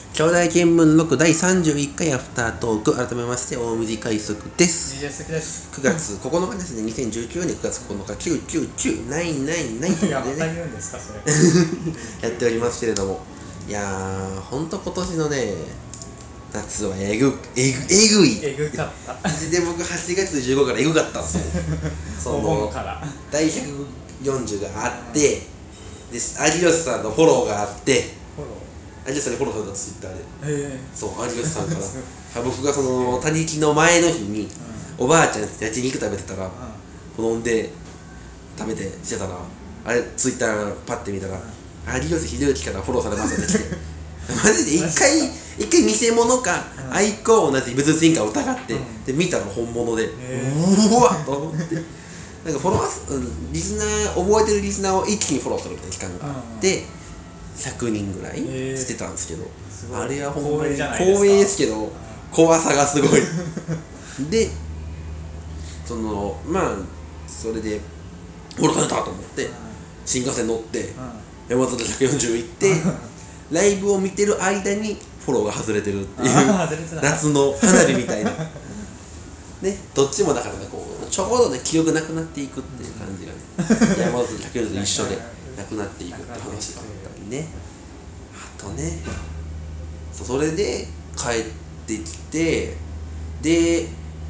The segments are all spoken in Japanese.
兄弟見聞録第31回アフタートーク、改めまして大水海賊です。 DJ 関です。 9月9日ですね。2019年9月9日99999 やった言うんですかそれやっておりますけれども、いやーほんと今年のね夏はえぐいえぐかったで僕8月15からえぐかったんですよそお盆から第140があって、で有吉さんのフォローがあって、 フォロ有吉さんにフォローされたツイッターで、 ーそう有吉さんから僕がその他力の前の日に、おばあちゃんって焼肉食べてたら、飲んで食べてしてたら、あれツイッターパッて見たら、有吉弘行からフォローされましたって来てマジで一回偽物か、アイコン同じ別人か疑って、で見たら本物で、うわっと思ってなんかフォロワー、リスナー覚えてるリスナーを一気にフォローするみたいな期間があって、100人ぐらいしてたんですけど、あれはほんまに光栄ですけど怖さがすごいで、そのそれでフォローされたと思って新幹線乗って山手140行ってライブを見てる間にフォローが外れてるっていう夏の花火みたいなね、どっちもだからね、こうちょうどね記憶なくなっていくっていう感じがね山手140と一緒でなくなっていくって話があったりね。あとね、それで帰ってきて、で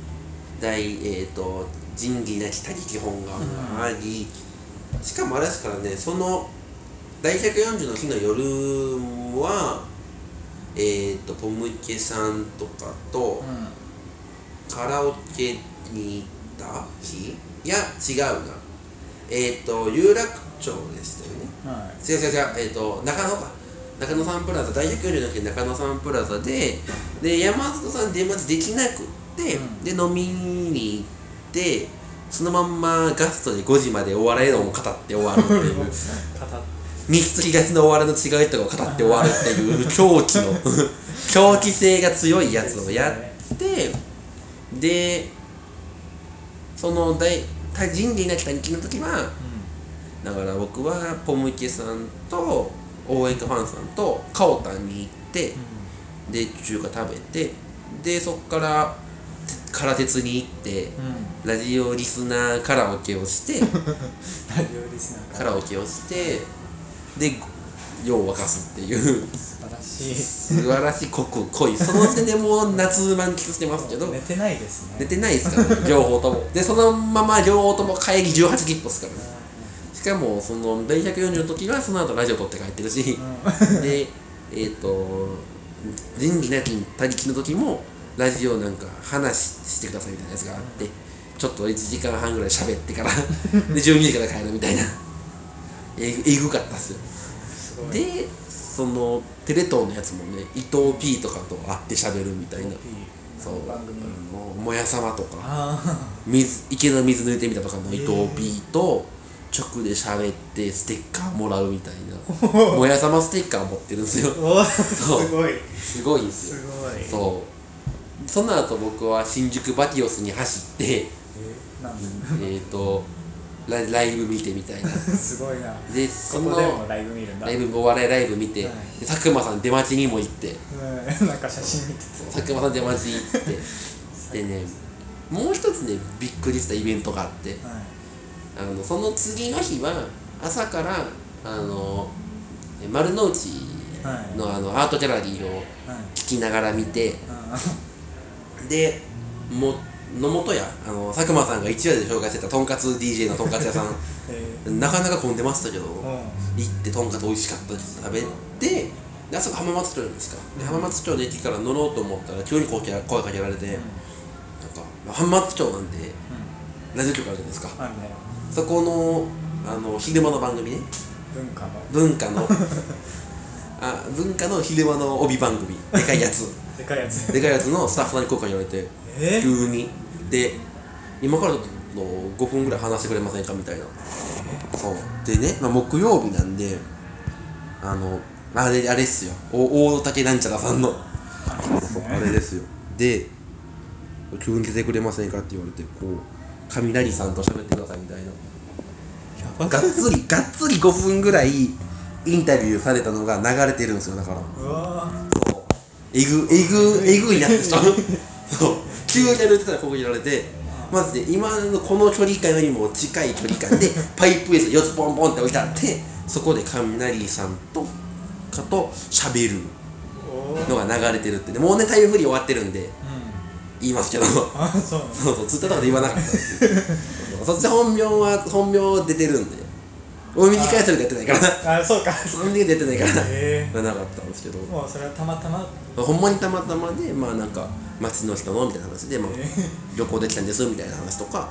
仁義なき他力本願があり、しかもあれですからね、その第140の日の夜はポムケさんとかとカラオケに行った日、いや違うな、有楽町でしたよね、違う中野サンプラザ、第140の日中野サンプラザで山里さん出待ちできなくって、で飲みに行って、そのまんまガストで5時までお笑い論を語って終わるっていう西と東のお笑いの違いとかを語って終わるっていう狂気性が強いやつをやって、でその仁義なき他力の時は、だから僕はポムケさんと応援歌ファンさんとカオタンに行って、で中華食べて、でそっから唐鉄に行って、ラジオリスナーカラオケをしてカラオケをしてで夜を沸かすっていう素晴らしい濃いその時点でもう夏満喫してますけど寝てないですね。 寝てないですからね両方ともで、そのまま両方とも帰り18切符ですからね。しかもその第140の時はその後ラジオ撮って帰ってるし、で仁義なき他力の時もラジオなんか話してくださいみたいなやつがあって、ちょっと1時間半ぐらい喋ってからで12時から帰るみたいなえぐかったっすよ。でそのテレ東のやつもね、伊藤 P とかと会って喋るみたいな、そうもやさまとか池の水抜いてみたとかの伊藤 P と直で喋ってステッカーもらうみたいなもやさまステッカー持ってるんですよすごいんですよ。そうその後僕は新宿バティオスに走ってライブ見てみたいなすごいな。 でそのここでもライブ見るんだ。 お笑いライブ見て、佐久間さん出待ちにも行って、 なんか写真見て佐久間さん出待ち行ってでね、もう一つねびっくりしたイベントがあって、その次の日は朝から丸の内のアートギャラリーを聞きながら見て、で野本屋佐久間さんが1話で紹介してたとんかつ DJ のとんかつ屋さんなかなか混んでましたけど、行ってとんかつ美味しかったです食べて、であそこ浜松町ですか、で浜松町の駅から乗ろうと思ったら急に声かけられて、なんか浜松町なんでラジオ局あるじゃないですか、そこの昼間の番組ね、文化の昼間の帯番組でかいやつでかいやつのスタッフさんに声かけられて、急にで今から5分ぐらい話してくれませんかみたいな。そうでね、木曜日なんであれっすよ、大竹なんちゃらさんのあれですよ。で急に出てくれませんかって言われて、こう雷さんと喋ってくださいみたいな、がっつり5分ぐらいインタビューされたのが流れてるんですよ。だからそうえぐいなって人そう急に歩いてたらここにいられて、まずね今のこの距離感よりも近い距離感でパイプエース4つポンポンって置いてあって、そこで雷さんと喋るのが流れてるって、もうねタイムフリー終わってるんで言いますけど、そうツイッターとかで言わなかったっていうそっち本名出てるんで、大短いそれでやってないからあ、そうか。 そんなに出てないからなかったんですけど、 もうそれはたまたま。 ほんまにたまたまで、まあなんか町の人のみたいな話で、まあ、旅行できたんですみたいな話とか、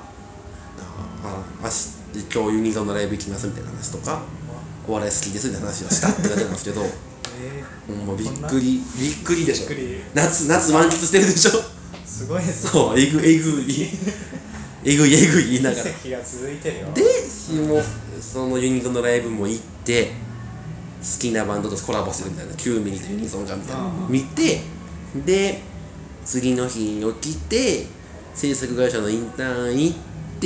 今日ユニゾンのライブ行きますみたいな話とか、お笑い好きですみたいな話をしたって感じなんですけど、もうびっくりでしょ。夏満喫してるでしょ。 すごいですね。 そう、えぐい言いながら。 奇跡が続いてるよ。 で、そのユニゾンのライブも行って、好きなバンドとコラボするみたいな、9ミリとユニゾンがみたいな見て、で、次の日に起きて、制作会社のインターン行って、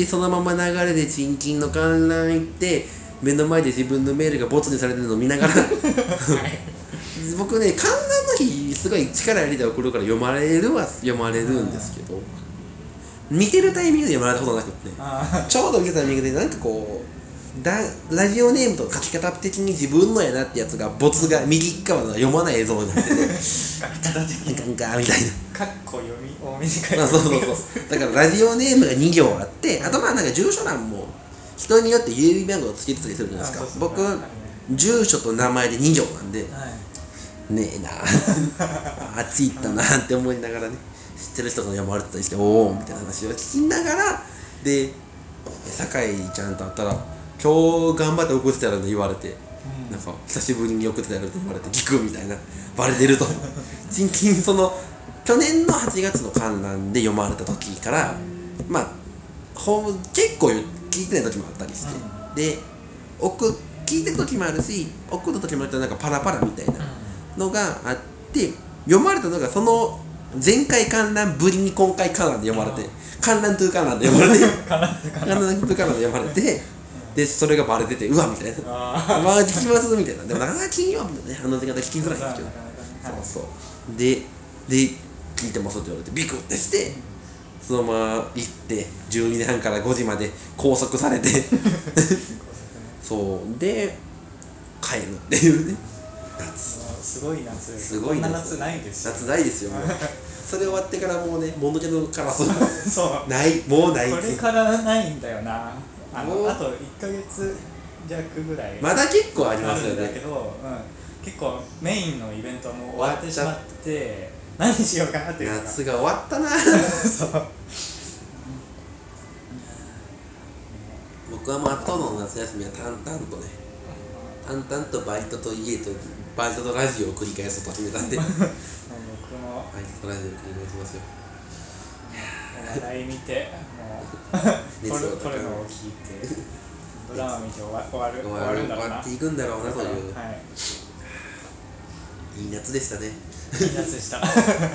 そのまま流れでチンキンの観覧行って、目の前で自分のメールがボツにされてるのを見ながら僕ね、観覧の日すごい力入れて送るから読まれるんですけど、見てるタイミングで読まれたことなくって、ちょうど見てたタイミングでなんかこうラジオネームと書き方的に自分のやなってやつがボツが右側の読まない映像になっててみたいなかっこ読み大短い。 そうだからラジオネームが2行あって、あとまあなんか住所欄も人によって郵便番号をつけてたりするじゃないですか。僕住所と名前で2行なんで、ねえなあっち行ったなって思いながらね、知ってる人が読まれてたりして、おおみたいな話を聞きながら、で酒井ちゃんと会ったら今日頑張って送ってたらって言われて、なんか久しぶりに送ってたらって言われて聞くみたいな、バレてるとその去年の8月の観覧で読まれた時から、まあ結構聞いてない時もあったりして、で聞いてる時もあるし、送った時もあったらなんかパラパラみたいなのがあって、読まれたのがその前回観覧ぶりに今回観覧で読まれて、観覧トゥー観覧で読まれて観覧トゥー観覧で読まれて、でそれがバレてて、うわみたいな、まあ聞きますみたいな、でもなかなか金曜日のねあの出方聞きづらいんですけど、そうで聞いてますって言われてビクってして、そのまま行って12時半から5時まで拘束されてそうで帰るっていうね。 すごい夏。 すごい夏ないですよ。 夏ないですよ。もうそれ終わってからもうね、ものけのカラスそうないもうない。 これからないんだよな。あと1ヶ月弱ぐらいまだ結構ありますよね。 だけど、結構メインのイベントも終わってしまって、何しようかなっていうか。 夏が終わったなそう僕はもう後の夏休みは淡々とバイトと家とバイトとラジオを繰り返すと決めたんで僕もバイトとラジオを繰り返しますよ。 話題見て、もう撮るのを聞いて、ドラマ見て終わるんだろうな。 終わっていくんだろうなという、いい夏でしたね。 いい夏でした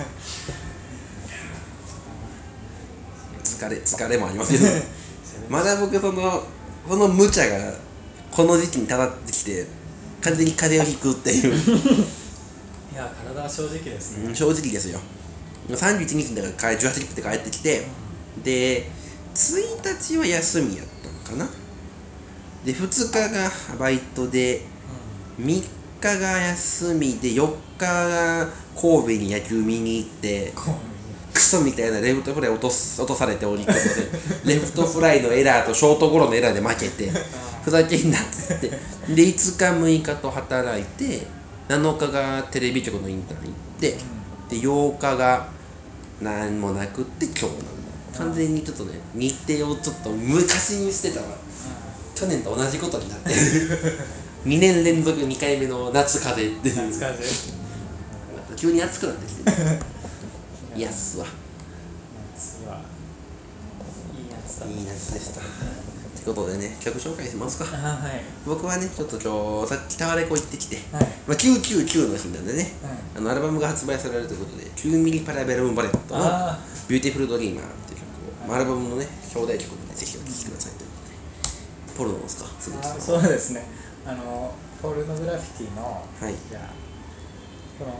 疲れもありますけどまだ僕この無茶がこの時期にただってきて完全に風邪をひくっていういや、体は正直ですね。 正直ですよ。31日だから18日で帰ってきて、で1日は休みやったのかな。で2日がバイトで、3日が休みで、4日が神戸に野球見に行って、クソみたいなレフトフライ落とされておりこでレフトフライのエラーとショートゴロのエラーで負けてふざけんなっつって、で5日6日と働いて、7日がテレビ局のインターン行って、で8日が何もなくって今日なんだ。完全にちょっとね、日程をちょっと昔にしてたわ。去年と同じことになって2年連続2回目の夏風邪っていう。 夏風急に暑くなってきていやっすわ。 夏はいい夏だ。 いい夏でした。ってことでね、曲紹介しますか。 はい。 僕はね、ちょっと今日さっきタワレコ行ってきて、 はい、 まあ、999の日なんでね、アルバムが発売されるということで、9ミリパラベルムバレットのビューティフルドリーマーっていう曲を、アルバムのね、表題曲でぜひお聴きくださいということで。ポルノですか、鈴木さん。 そうですね。ポルノグラフィティの、 はい、 じゃあこの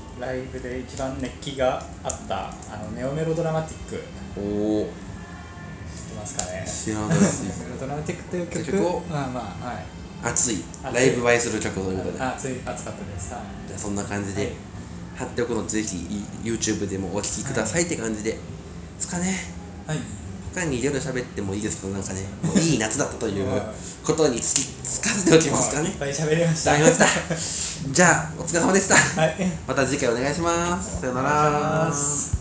ライブで一番熱気があったネオメロドラマティック、 おお、 知ってますかね。 知らないですね。 ネオメロドラマティックという曲をはい、 熱いライブ映えする曲ということで、 熱かったです。はい、 じゃあそんな感じで、 はい、 貼っておくのでぜひ YouTube でもお聴きくださいって感じで、ですかね。 はい、 他にいろいろ喋ってもいいですか、なんかね、もういい夏だったということにつかせておきますかね。 いっぱい喋りました。 じゃあお疲れ様でした。 はい、 また次回お願いします。さよなら。